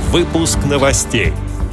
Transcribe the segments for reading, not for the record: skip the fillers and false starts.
Выпуск новостей.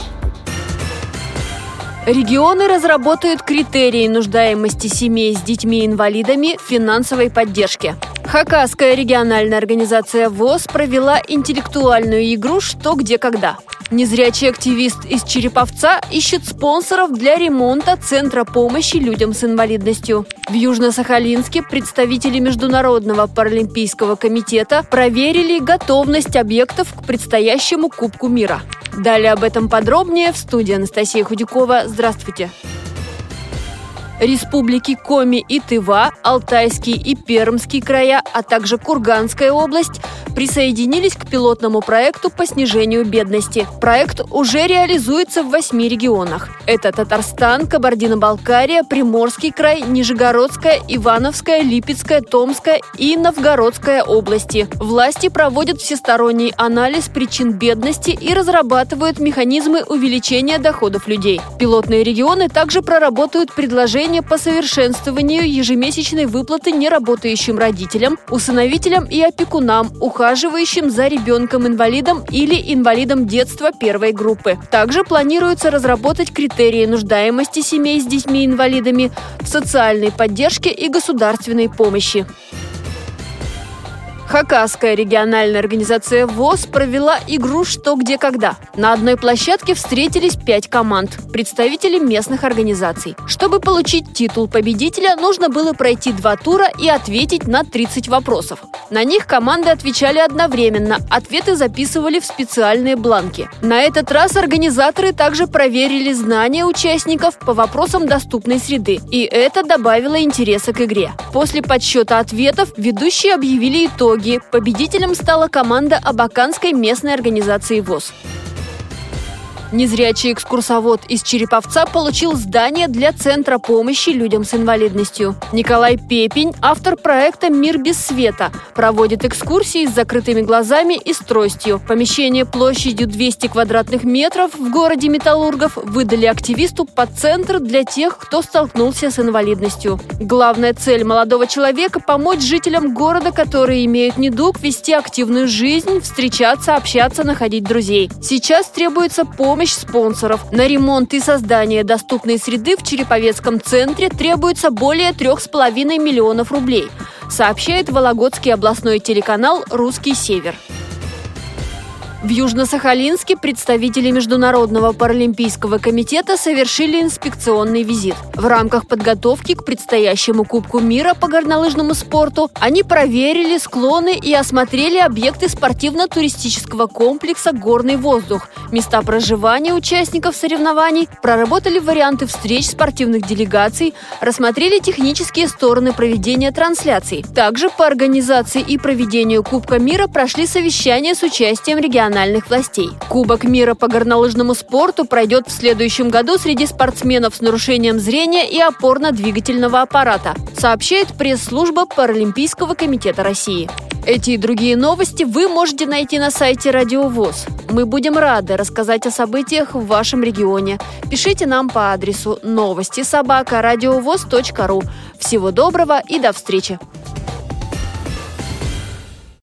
Регионы разработают критерии нуждаемости семей с детьми-инвалидами в финансовой поддержке. Хакасская региональная организация ВОС провела интеллектуальную игру «Что, где, когда». Незрячий активист из Череповца ищет спонсоров для ремонта Центра помощи людям с инвалидностью. В Южно-Сахалинске представители Международного паралимпийского комитета проверили готовность объектов к предстоящему Кубку мира. Далее об этом подробнее в студии Анастасия Худякова. Здравствуйте! Республики Коми и Тыва, Алтайский и Пермский края, а также Курганская область присоединились к пилотному проекту по снижению бедности. Проект уже реализуется в 8 регионах. Это Татарстан, Кабардино-Балкария, Приморский край, Нижегородская, Ивановская, Липецкая, Томская и Новгородская области. Власти проводят всесторонний анализ причин бедности и разрабатывают механизмы увеличения доходов людей. Пилотные регионы также проработают предложения по совершенствованию ежемесячной выплаты неработающим родителям, усыновителям и опекунам, ухаживающим за ребенком-инвалидом или инвалидом детства первой группы. Также планируется разработать критерии нуждаемости семей с детьми-инвалидами в социальной поддержке и государственной помощи. Хакасская региональная организация ВОС провела игру «Что, где, когда». На одной площадке встретились 5 команд, представителей местных организаций. Чтобы получить титул победителя, нужно было пройти 2 тура и ответить на 30 вопросов. На них команды отвечали одновременно, ответы записывали в специальные бланки. На этот раз организаторы также проверили знания участников по вопросам доступной среды, и это добавило интереса к игре. После подсчета ответов ведущие объявили итоги. Победителем стала команда Абаканской местной организации ВОС. Незрячий экскурсовод из Череповца получил здание для Центра помощи людям с инвалидностью. Николай Пепень, автор проекта «Мир без света», проводит экскурсии с закрытыми глазами и с тростью. Помещение площадью 200 квадратных метров в городе Металлургов выдали активисту под центр для тех, кто столкнулся с инвалидностью. Главная цель молодого человека – помочь жителям города, которые имеют недуг, вести активную жизнь, встречаться, общаться, находить друзей. Сейчас требуется помощь спонсоров. На ремонт и создание доступной среды в Череповецком центре требуется более 3,5 миллионов рублей, сообщает Вологодский областной телеканал «Русский север». В Южно-Сахалинске представители Международного паралимпийского комитета совершили инспекционный визит. В рамках подготовки к предстоящему Кубку мира по горнолыжному спорту они проверили склоны и осмотрели объекты спортивно-туристического комплекса «Горный воздух», места проживания участников соревнований, проработали варианты встреч спортивных делегаций, рассмотрели технические стороны проведения трансляций. Также по организации и проведению Кубка мира прошли совещания с участием региональных властей. Кубок мира по горнолыжному спорту пройдет в следующем году среди спортсменов с нарушением зрения и опорно-двигательного аппарата, сообщает пресс-служба Паралимпийского комитета России. Эти и другие новости вы можете найти на сайте Радио ВОС. Мы будем рады рассказать о событиях в вашем регионе. Пишите нам по адресу новости@радиовос.ру. Всего доброго и до встречи!